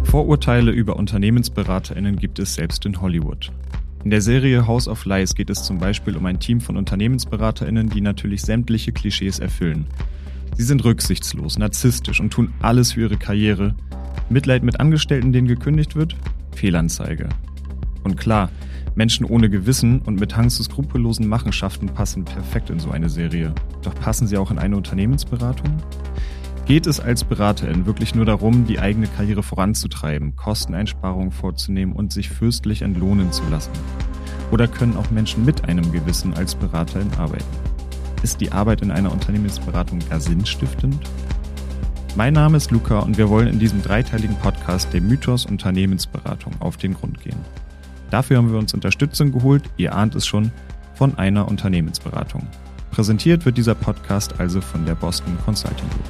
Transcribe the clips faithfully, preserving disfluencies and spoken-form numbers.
Vorurteile über UnternehmensberaterInnen gibt es selbst in Hollywood. In der Serie House of Lies geht es zum Beispiel um ein Team von UnternehmensberaterInnen, die natürlich sämtliche Klischees erfüllen. Sie sind rücksichtslos, narzisstisch und tun alles für ihre Karriere. Mitleid mit Angestellten, denen gekündigt wird? Fehlanzeige. Und klar, Menschen ohne Gewissen und mit Hang zu skrupellosen Machenschaften passen perfekt in so eine Serie. Doch passen sie auch in eine Unternehmensberatung? Geht es als Beraterin wirklich nur darum, die eigene Karriere voranzutreiben, Kosteneinsparungen vorzunehmen und sich fürstlich entlohnen zu lassen? Oder können auch Menschen mit einem Gewissen als Beraterin arbeiten? Ist die Arbeit in einer Unternehmensberatung gar sinnstiftend? Mein Name ist Luca und wir wollen in diesem dreiteiligen Podcast dem Mythos Unternehmensberatung auf den Grund gehen. Dafür haben wir uns Unterstützung geholt, ihr ahnt es schon, von einer Unternehmensberatung. Präsentiert wird dieser Podcast also von der Boston Consulting Group.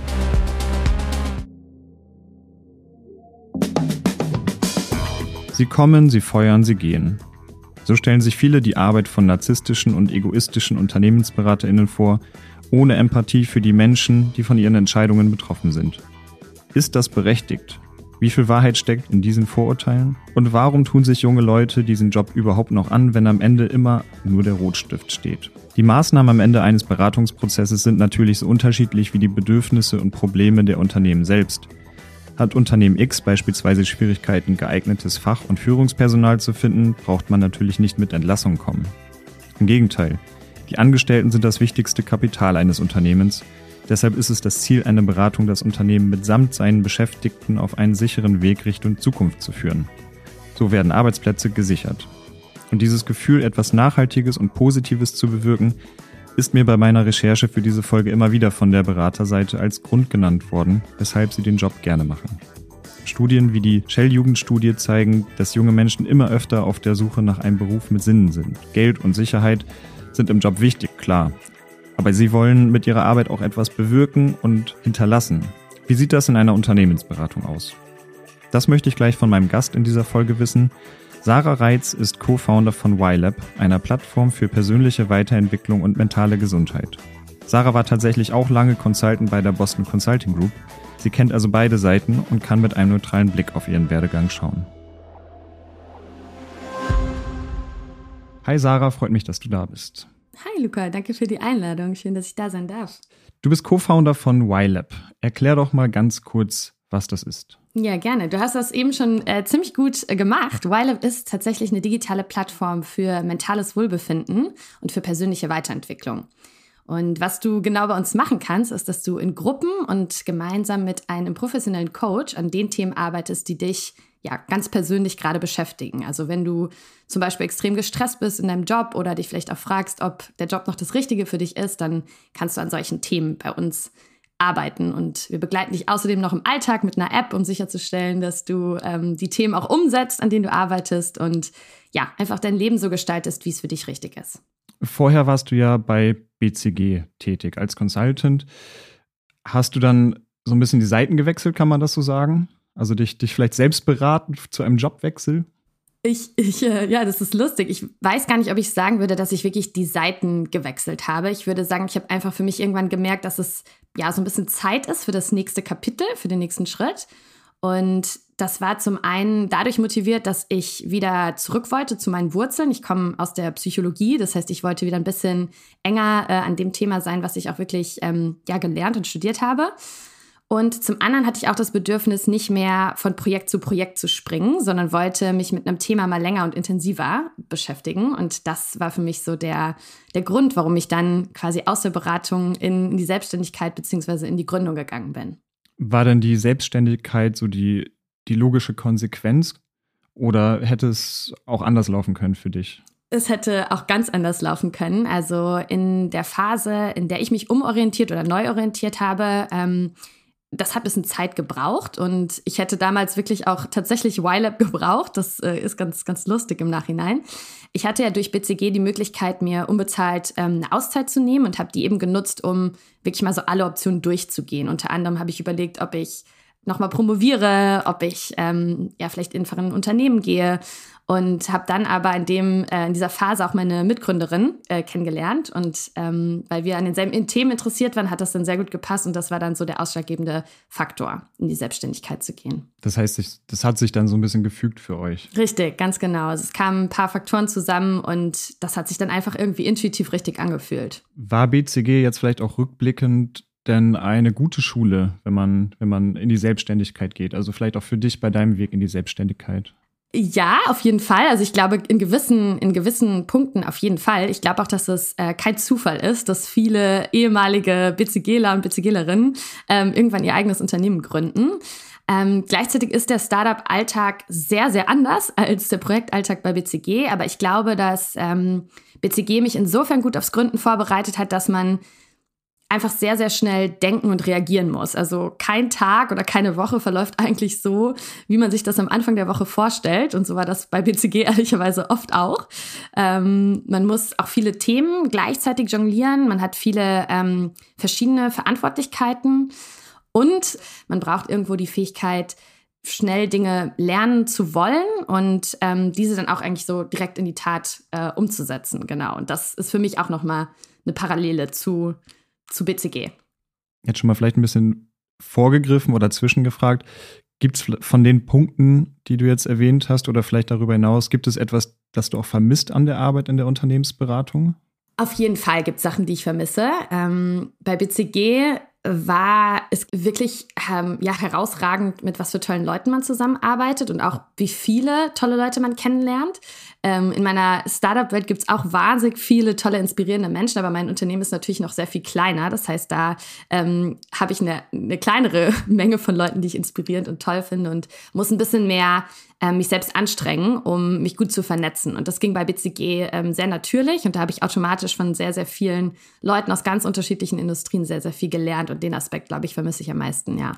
Sie kommen, sie feuern, sie gehen. So stellen sich viele die Arbeit von narzisstischen und egoistischen UnternehmensberaterInnen vor, ohne Empathie für die Menschen, die von ihren Entscheidungen betroffen sind. Ist das berechtigt? Wie viel Wahrheit steckt in diesen Vorurteilen? Und warum tun sich junge Leute diesen Job überhaupt noch an, wenn am Ende immer nur der Rotstift steht? Die Maßnahmen am Ende eines Beratungsprozesses sind natürlich so unterschiedlich wie die Bedürfnisse und Probleme der Unternehmen selbst. Hat Unternehmen X beispielsweise Schwierigkeiten, geeignetes Fach- und Führungspersonal zu finden, braucht man natürlich nicht mit Entlassung kommen. Im Gegenteil, die Angestellten sind das wichtigste Kapital eines Unternehmens. Deshalb ist es das Ziel einer Beratung, das Unternehmen mitsamt seinen Beschäftigten auf einen sicheren Weg Richtung Zukunft zu führen. So werden Arbeitsplätze gesichert. Und dieses Gefühl, etwas Nachhaltiges und Positives zu bewirken, ist mir bei meiner Recherche für diese Folge immer wieder von der Beraterseite als Grund genannt worden, weshalb sie den Job gerne machen. Studien wie die Shell-Jugendstudie zeigen, dass junge Menschen immer öfter auf der Suche nach einem Beruf mit Sinn sind. Geld und Sicherheit sind im Job wichtig, klar. Aber sie wollen mit ihrer Arbeit auch etwas bewirken und hinterlassen. Wie sieht das in einer Unternehmensberatung aus? Das möchte ich gleich von meinem Gast in dieser Folge wissen. Sarah Reitz ist Co-Founder von Y-Lab, einer Plattform für persönliche Weiterentwicklung und mentale Gesundheit. Sarah war tatsächlich auch lange Consultant bei der Boston Consulting Group. Sie kennt also beide Seiten und kann mit einem neutralen Blick auf ihren Werdegang schauen. Hi Sarah, freut mich, dass du da bist. Hi Luca, danke für die Einladung. Schön, dass ich da sein darf. Du bist Co-Founder von Y-Lab. Erklär doch mal ganz kurz, was das ist. Ja, gerne. Du hast das eben schon äh, ziemlich gut äh, gemacht. Y-Lab ist tatsächlich eine digitale Plattform für mentales Wohlbefinden und für persönliche Weiterentwicklung. Und was du genau bei uns machen kannst, ist, dass du in Gruppen und gemeinsam mit einem professionellen Coach an den Themen arbeitest, die dich ja ganz persönlich gerade beschäftigen. Also wenn du zum Beispiel extrem gestresst bist in deinem Job oder dich vielleicht auch fragst, ob der Job noch das Richtige für dich ist, dann kannst du an solchen Themen bei uns arbeiten. Und wir begleiten dich außerdem noch im Alltag mit einer App, um sicherzustellen, dass du ähm, die Themen auch umsetzt, an denen du arbeitest und ja, einfach dein Leben so gestaltest, wie es für dich richtig ist. Vorher warst du ja bei B C G tätig als Consultant. Hast du dann so ein bisschen die Seiten gewechselt, kann man das so sagen? Also dich, dich vielleicht selbst beraten zu einem Jobwechsel? Ich, ich, äh, ja, das ist lustig. Ich weiß gar nicht, ob ich sagen würde, dass ich wirklich die Seiten gewechselt habe. Ich würde sagen, ich habe einfach für mich irgendwann gemerkt, dass es ja so ein bisschen Zeit ist für das nächste Kapitel, für den nächsten Schritt. Und das war zum einen dadurch motiviert, dass ich wieder zurück wollte zu meinen Wurzeln. Ich komme aus der Psychologie, das heißt, ich wollte wieder ein bisschen enger äh, an dem Thema sein, was ich auch wirklich ähm, ja, gelernt und studiert habe. Und zum anderen hatte ich auch das Bedürfnis, nicht mehr von Projekt zu Projekt zu springen, sondern wollte mich mit einem Thema mal länger und intensiver beschäftigen. Und das war für mich so der, der Grund, warum ich dann quasi aus der Beratung in, in die Selbstständigkeit beziehungsweise in die Gründung gegangen bin. War denn die Selbstständigkeit so die, die logische Konsequenz oder hätte es auch anders laufen können für dich? Es hätte auch ganz anders laufen können. Also in der Phase, in der ich mich umorientiert oder neu orientiert habe, ähm, das hat ein bisschen Zeit gebraucht und ich hätte damals wirklich auch tatsächlich Y-Lab gebraucht. Das äh, ist ganz, ganz lustig im Nachhinein. Ich hatte ja durch B C G die Möglichkeit, mir unbezahlt ähm, eine Auszeit zu nehmen und habe die eben genutzt, um wirklich mal so alle Optionen durchzugehen. Unter anderem habe ich überlegt, ob ich nochmal promoviere, ob ich ähm, ja vielleicht in ein Unternehmen gehe. Und habe dann aber in, dem, äh, in dieser Phase auch meine Mitgründerin äh, kennengelernt. Und ähm, weil wir an denselben Themen interessiert waren, hat das dann sehr gut gepasst. Und das war dann so der ausschlaggebende Faktor, in die Selbstständigkeit zu gehen. Das heißt, das hat sich dann so ein bisschen gefügt für euch. Richtig, ganz genau. Also es kamen ein paar Faktoren zusammen und das hat sich dann einfach irgendwie intuitiv richtig angefühlt. War B C G jetzt vielleicht auch rückblickend denn eine gute Schule, wenn man, wenn man in die Selbstständigkeit geht? Also vielleicht auch für dich bei deinem Weg in die Selbstständigkeit? Ja, auf jeden Fall. Also ich glaube, in gewissen, in gewissen Punkten auf jeden Fall. Ich glaube auch, dass es äh, kein Zufall ist, dass viele ehemalige BCGler und BCGlerinnen ähm, irgendwann ihr eigenes Unternehmen gründen. Ähm, gleichzeitig ist der Startup-Alltag sehr, sehr anders als der Projektalltag bei B C G. Aber ich glaube, dass ähm, B C G mich insofern gut aufs Gründen vorbereitet hat, dass man einfach sehr, sehr schnell denken und reagieren muss. Also kein Tag oder keine Woche verläuft eigentlich so, wie man sich das am Anfang der Woche vorstellt. Und so war das bei B C G ehrlicherweise oft auch. Ähm, man muss auch viele Themen gleichzeitig jonglieren. Man hat viele ähm, verschiedene Verantwortlichkeiten. Und man braucht irgendwo die Fähigkeit, schnell Dinge lernen zu wollen und ähm, diese dann auch eigentlich so direkt in die Tat äh, umzusetzen. Genau. Und das ist für mich auch nochmal eine Parallele zu zu B C G. Jetzt schon mal vielleicht ein bisschen vorgegriffen oder zwischengefragt. Gibt es von den Punkten, die du jetzt erwähnt hast oder vielleicht darüber hinaus, gibt es etwas, das du auch vermisst an der Arbeit in der Unternehmensberatung? Auf jeden Fall gibt es Sachen, die ich vermisse. Ähm, bei B C G war es wirklich ähm, ja, herausragend, mit was für tollen Leuten man zusammenarbeitet und auch wie viele tolle Leute man kennenlernt. Ähm, in meiner Startup-Welt gibt es auch wahnsinnig viele tolle, inspirierende Menschen, aber mein Unternehmen ist natürlich noch sehr viel kleiner. Das heißt, da ähm, habe ich eine, eine kleinere Menge von Leuten, die ich inspirierend und toll finde und muss ein bisschen mehr ähm, mich selbst anstrengen, um mich gut zu vernetzen. Und das ging bei B C G ähm, sehr natürlich und da habe ich automatisch von sehr, sehr vielen Leuten aus ganz unterschiedlichen Industrien sehr, sehr viel gelernt und den Aspekt, glaube ich, vermisse ich am meisten, ja.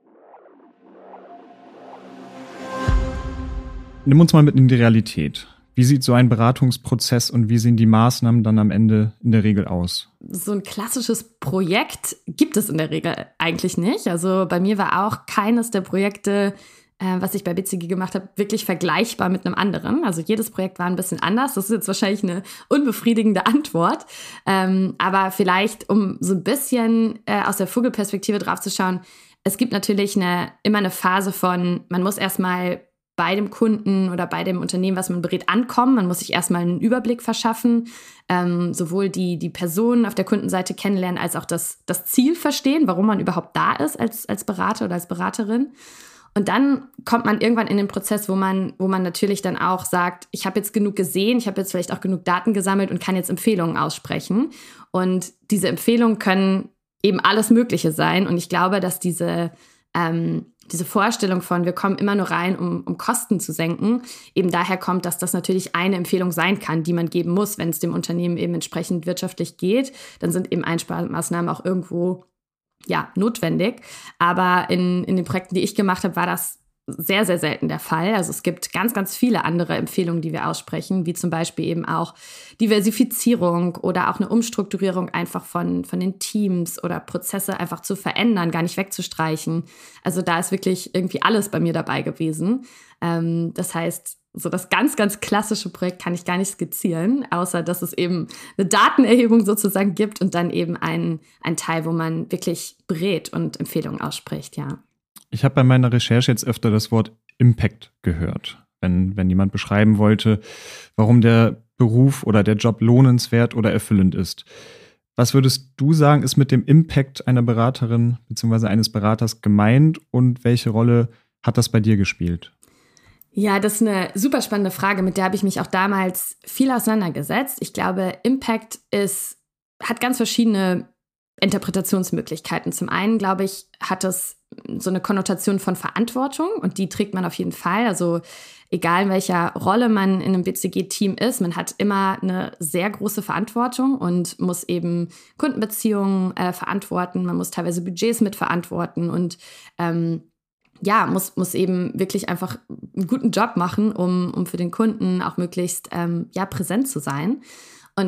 Nimm uns mal mit in die Realität. Wie sieht so ein Beratungsprozess und wie sehen die Maßnahmen dann am Ende in der Regel aus? So ein klassisches Projekt gibt es in der Regel eigentlich nicht. Also bei mir war auch keines der Projekte, äh, was ich bei B C G gemacht habe, wirklich vergleichbar mit einem anderen. Also jedes Projekt war ein bisschen anders. Das ist jetzt wahrscheinlich eine unbefriedigende Antwort. Ähm, aber vielleicht, um so ein bisschen äh, aus der Vogelperspektive drauf zu schauen, es gibt natürlich eine, immer eine Phase von, man muss erstmal bei dem Kunden oder bei dem Unternehmen, was man berät, ankommen. Man muss sich erstmal einen Überblick verschaffen, ähm, sowohl die, die Person auf der Kundenseite kennenlernen, als auch das, das Ziel verstehen, warum man überhaupt da ist als, als Berater oder als Beraterin. Und dann kommt man irgendwann in den Prozess, wo man, wo man natürlich dann auch sagt, ich habe jetzt genug gesehen, ich habe jetzt vielleicht auch genug Daten gesammelt und kann jetzt Empfehlungen aussprechen. Und diese Empfehlungen können eben alles Mögliche sein. Und ich glaube, dass diese ähm, diese Vorstellung von, wir kommen immer nur rein, um, um Kosten zu senken, eben daher kommt, dass das natürlich eine Empfehlung sein kann, die man geben muss, wenn es dem Unternehmen eben entsprechend wirtschaftlich geht. Dann sind eben Einsparmaßnahmen auch irgendwo ja, notwendig. Aber in, in den Projekten, die ich gemacht habe, war das sehr, sehr selten der Fall. Also es gibt ganz, ganz viele andere Empfehlungen, die wir aussprechen, wie zum Beispiel eben auch Diversifizierung oder auch eine Umstrukturierung einfach von, von den Teams oder Prozesse einfach zu verändern, gar nicht wegzustreichen. Also da ist wirklich irgendwie alles bei mir dabei gewesen. Ähm, das heißt, so das ganz, ganz klassische Projekt kann ich gar nicht skizzieren, außer dass es eben eine Datenerhebung sozusagen gibt und dann eben ein, ein Teil, wo man wirklich berät und Empfehlungen ausspricht, ja. Ich habe bei meiner Recherche jetzt öfter das Wort Impact gehört, wenn, wenn jemand beschreiben wollte, warum der Beruf oder der Job lohnenswert oder erfüllend ist. Was würdest du sagen, ist mit dem Impact einer Beraterin bzw. eines Beraters gemeint und welche Rolle hat das bei dir gespielt? Ja, das ist eine super spannende Frage, mit der habe ich mich auch damals viel auseinandergesetzt. Ich glaube, Impact ist, hat ganz verschiedene Interpretationsmöglichkeiten. Zum einen, glaube ich, hat es so eine Konnotation von Verantwortung und die trägt man auf jeden Fall. Also egal in welcher Rolle man in einem B C G-Team ist, man hat immer eine sehr große Verantwortung und muss eben Kundenbeziehungen äh, verantworten. Man muss teilweise Budgets mitverantworten und ähm, ja, muss, muss eben wirklich einfach einen guten Job machen, um, um für den Kunden auch möglichst ähm, ja, präsent zu sein. Und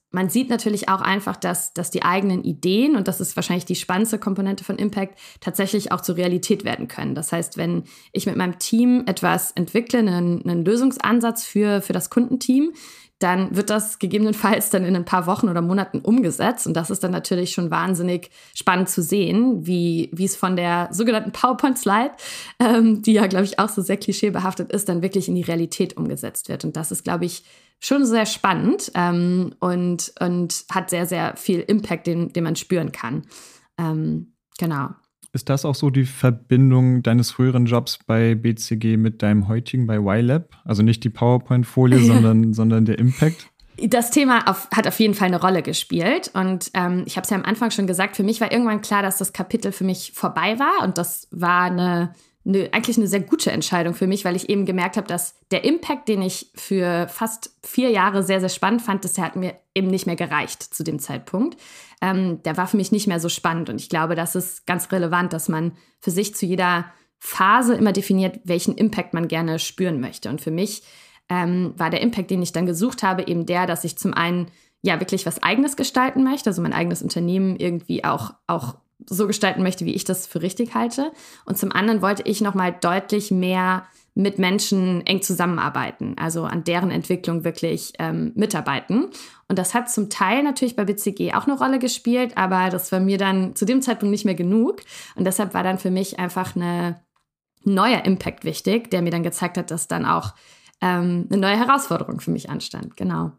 man sieht natürlich auch einfach, dass, dass die eigenen Ideen, und das ist wahrscheinlich die spannendste Komponente von Impact, tatsächlich auch zur Realität werden können. Das heißt, wenn ich mit meinem Team etwas entwickle, einen, einen Lösungsansatz für, für das Kundenteam, dann wird das gegebenenfalls dann in ein paar Wochen oder Monaten umgesetzt. Und das ist dann natürlich schon wahnsinnig spannend zu sehen, wie, wie es von der sogenannten PowerPoint-Slide, ähm, die ja, glaube ich, auch so sehr klischeebehaftet ist, dann wirklich in die Realität umgesetzt wird. Und das ist, glaube ich, schon sehr spannend ähm, und, und hat sehr, sehr viel Impact, den, den man spüren kann. Ähm, genau. Ist das auch so die Verbindung deines früheren Jobs bei B C G mit deinem heutigen bei Y-Lab? Also nicht die PowerPoint-Folie, ja. sondern, sondern der Impact? Das Thema auf, hat auf jeden Fall eine Rolle gespielt. Und ähm, ich habe es ja am Anfang schon gesagt, für mich war irgendwann klar, dass das Kapitel für mich vorbei war. Und das war eine, eine, eigentlich eine sehr gute Entscheidung für mich, weil ich eben gemerkt habe, dass der Impact, den ich für fast vier Jahre sehr, sehr spannend fand, das hat mir eben nicht mehr gereicht zu dem Zeitpunkt. Ähm, der war für mich nicht mehr so spannend. Und ich glaube, das ist ganz relevant, dass man für sich zu jeder Phase immer definiert, welchen Impact man gerne spüren möchte. Und für mich ähm, war der Impact, den ich dann gesucht habe, eben der, dass ich zum einen ja wirklich was Eigenes gestalten möchte, also mein eigenes Unternehmen irgendwie auch, auch so gestalten möchte, wie ich das für richtig halte. Und zum anderen wollte ich nochmal deutlich mehr mit Menschen eng zusammenarbeiten, also an deren Entwicklung wirklich ähm, mitarbeiten. Und das hat zum Teil natürlich bei B C G auch eine Rolle gespielt, aber das war mir dann zu dem Zeitpunkt nicht mehr genug. Und deshalb war dann für mich einfach eine, ein neuer Impact wichtig, der mir dann gezeigt hat, dass dann auch ähm, eine neue Herausforderung für mich anstand. Genau.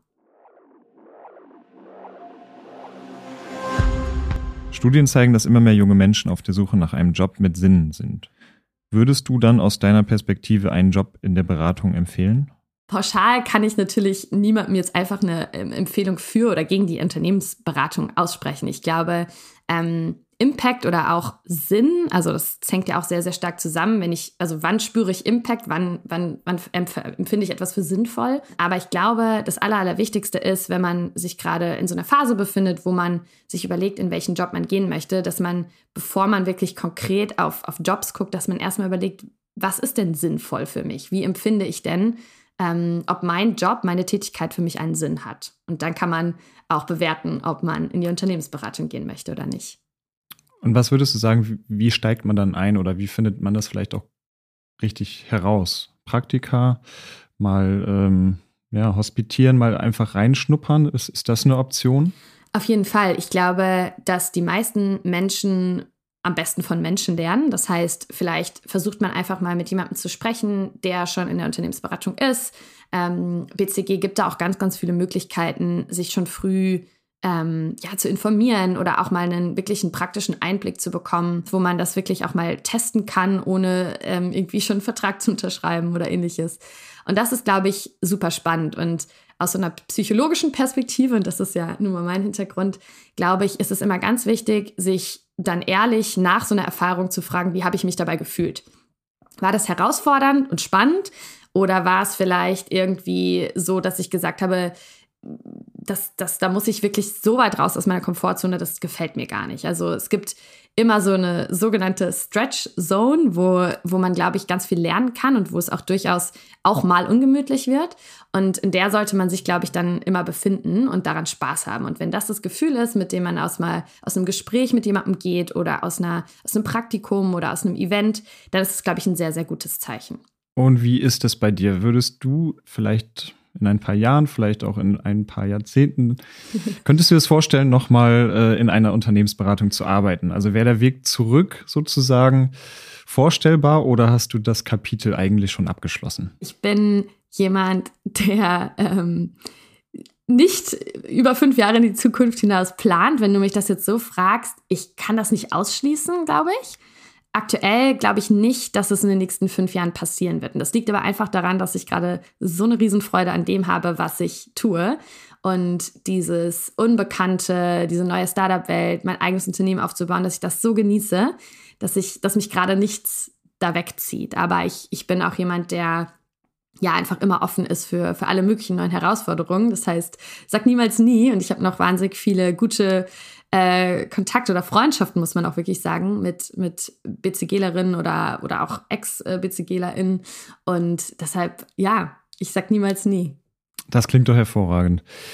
Studien zeigen, dass immer mehr junge Menschen auf der Suche nach einem Job mit Sinn sind. Würdest du dann aus deiner Perspektive einen Job in der Beratung empfehlen? Pauschal kann ich natürlich niemandem jetzt einfach eine Empfehlung für oder gegen die Unternehmensberatung aussprechen. Ich glaube, ähm, Impact oder auch Sinn, also das hängt ja auch sehr, sehr stark zusammen. Wenn ich, also wann spüre ich Impact, wann, wann, wann empfinde ich etwas für sinnvoll? Aber ich glaube, das Aller, Allerwichtigste ist, wenn man sich gerade in so einer Phase befindet, wo man sich überlegt, in welchen Job man gehen möchte, dass man, bevor man wirklich konkret auf, auf Jobs guckt, dass man erstmal überlegt, was ist denn sinnvoll für mich? Wie empfinde ich denn, ähm, ob mein Job, meine Tätigkeit für mich einen Sinn hat? Und dann kann man auch bewerten, ob man in die Unternehmensberatung gehen möchte oder nicht. Und was würdest du sagen, wie steigt man dann ein oder wie findet man das vielleicht auch richtig heraus? Praktika, mal ähm, ja, hospitieren, mal einfach reinschnuppern, ist, ist das eine Option? Auf jeden Fall. Ich glaube, dass die meisten Menschen am besten von Menschen lernen. Das heißt, vielleicht versucht man einfach mal mit jemandem zu sprechen, der schon in der Unternehmensberatung ist. Ähm, B C G gibt da auch ganz, ganz viele Möglichkeiten, sich schon früh Ähm, ja, zu informieren oder auch mal einen wirklichen praktischen Einblick zu bekommen, wo man das wirklich auch mal testen kann, ohne ähm, irgendwie schon einen Vertrag zu unterschreiben oder ähnliches. Und das ist, glaube ich, super spannend. Und aus so einer psychologischen Perspektive, und das ist ja nun mal mein Hintergrund, glaube ich, ist es immer ganz wichtig, sich dann ehrlich nach so einer Erfahrung zu fragen, wie habe ich mich dabei gefühlt? War das herausfordernd und spannend? Oder war es vielleicht irgendwie so, dass ich gesagt habe, Das, das, da muss ich wirklich so weit raus aus meiner Komfortzone, das gefällt mir gar nicht. Also es gibt immer so eine sogenannte Stretch Zone, wo, wo man, glaube ich, ganz viel lernen kann und wo es auch durchaus auch mal ungemütlich wird. Und in der sollte man sich, glaube ich, dann immer befinden und daran Spaß haben. Und wenn das das Gefühl ist, mit dem man aus, mal, aus einem Gespräch mit jemandem geht oder aus, einer, aus einem Praktikum oder aus einem Event, dann ist es, glaube ich, ein sehr, sehr gutes Zeichen. Und wie ist es bei dir? Würdest du vielleicht in ein paar Jahren, vielleicht auch in ein paar Jahrzehnten, könntest du dir das vorstellen, nochmal äh, in einer Unternehmensberatung zu arbeiten? Also wäre der Weg zurück sozusagen vorstellbar oder hast du das Kapitel eigentlich schon abgeschlossen? Ich bin jemand, der ähm, nicht über fünf Jahre in die Zukunft hinaus plant. Wenn du mich das jetzt so fragst, ich kann das nicht ausschließen, glaube ich. Aktuell glaube ich nicht, dass es in den nächsten fünf Jahren passieren wird. Und das liegt aber einfach daran, dass ich gerade so eine Riesenfreude an dem habe, was ich tue. Und dieses Unbekannte, diese neue Startup-Welt, mein eigenes Unternehmen aufzubauen, dass ich das so genieße, dass ich, dass mich gerade nichts da wegzieht. Aber ich, ich bin auch jemand, der ja einfach immer offen ist für, für alle möglichen neuen Herausforderungen. Das heißt, sag niemals nie. Und ich habe noch wahnsinnig viele gute Äh, Kontakte oder Freundschaften, muss man auch wirklich sagen, mit, mit BCGlerinnen oder, oder auch Ex-BCGlerInnen. Und deshalb, ja, ich sag niemals nie. Das klingt doch hervorragend.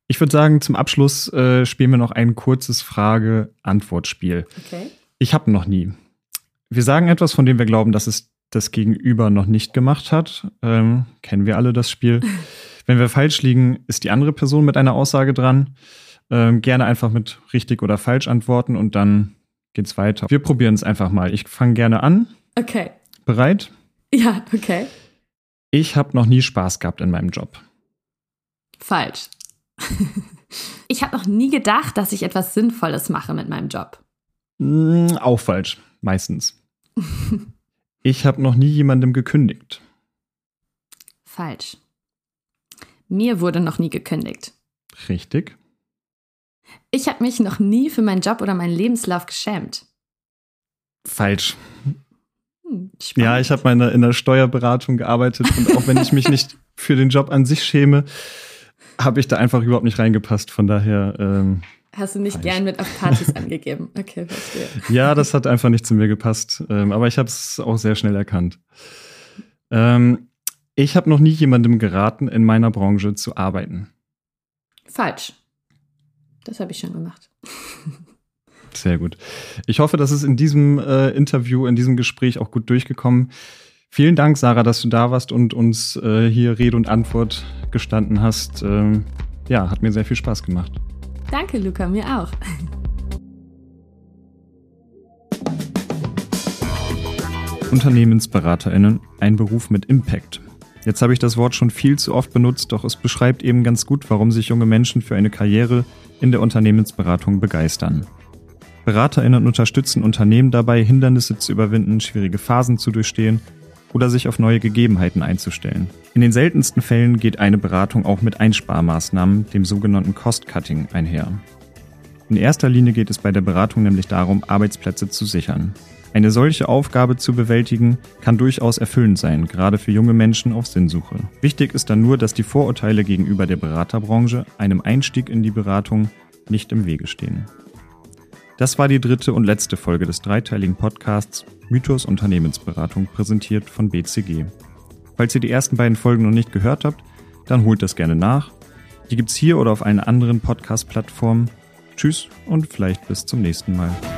Ich würde sagen, zum Abschluss äh, spielen wir noch ein kurzes Frage-Antwort-Spiel. Okay. Ich habe noch nie. Wir sagen etwas, von dem wir glauben, dass es das Gegenüber noch nicht gemacht hat. Ähm, kennen wir alle das Spiel. Wenn wir falsch liegen, ist die andere Person mit einer Aussage dran. Ähm, gerne einfach mit richtig oder falsch antworten und dann geht's weiter. Wir probieren es einfach mal. Ich fange gerne an. Okay. Bereit? Ja, okay. Ich habe noch nie Spaß gehabt in meinem Job. Falsch. Ich habe noch nie gedacht, dass ich etwas Sinnvolles mache mit meinem Job. Mm, auch falsch, meistens. Ich habe noch nie jemandem gekündigt. Falsch. Mir wurde noch nie gekündigt. Richtig. Ich habe mich noch nie für meinen Job oder meinen Lebenslauf geschämt. Falsch. Hm, ja, ich habe meine in der Steuerberatung gearbeitet und auch wenn ich mich nicht für den Job an sich schäme, habe ich da einfach überhaupt nicht reingepasst. Von daher ähm, hast du nicht falsch. Gern mit auf Partys angegeben. Okay, verstehe. Ja, das hat einfach nicht zu mir gepasst. Ähm, aber ich habe es auch sehr schnell erkannt. Ähm, ich habe noch nie jemandem geraten, in meiner Branche zu arbeiten. Falsch. Das habe ich schon gemacht. Sehr gut. Ich hoffe, das ist in diesem äh, Interview, in diesem Gespräch auch gut durchgekommen. Vielen Dank, Sarah, dass du da warst und uns äh, hier Rede und Antwort gestanden hast. Ähm, ja, hat mir sehr viel Spaß gemacht. Danke, Luca, mir auch. UnternehmensberaterInnen, ein Beruf mit Impact. Jetzt habe ich das Wort schon viel zu oft benutzt, doch es beschreibt eben ganz gut, warum sich junge Menschen für eine Karriere in der Unternehmensberatung begeistern. BeraterInnen unterstützen Unternehmen dabei, Hindernisse zu überwinden, schwierige Phasen zu durchstehen oder sich auf neue Gegebenheiten einzustellen. In den seltensten Fällen geht eine Beratung auch mit Einsparmaßnahmen, dem sogenannten Cost-Cutting, einher. In erster Linie geht es bei der Beratung nämlich darum, Arbeitsplätze zu sichern. Eine solche Aufgabe zu bewältigen, kann durchaus erfüllend sein, gerade für junge Menschen auf Sinnsuche. Wichtig ist dann nur, dass die Vorurteile gegenüber der Beraterbranche einem Einstieg in die Beratung nicht im Wege stehen. Das war die dritte und letzte Folge des dreiteiligen Podcasts Mythos Unternehmensberatung, präsentiert von B C G. Falls ihr die ersten beiden Folgen noch nicht gehört habt, dann holt das gerne nach. Die gibt's hier oder auf allen anderen Podcast-Plattformen. Tschüss und vielleicht bis zum nächsten Mal.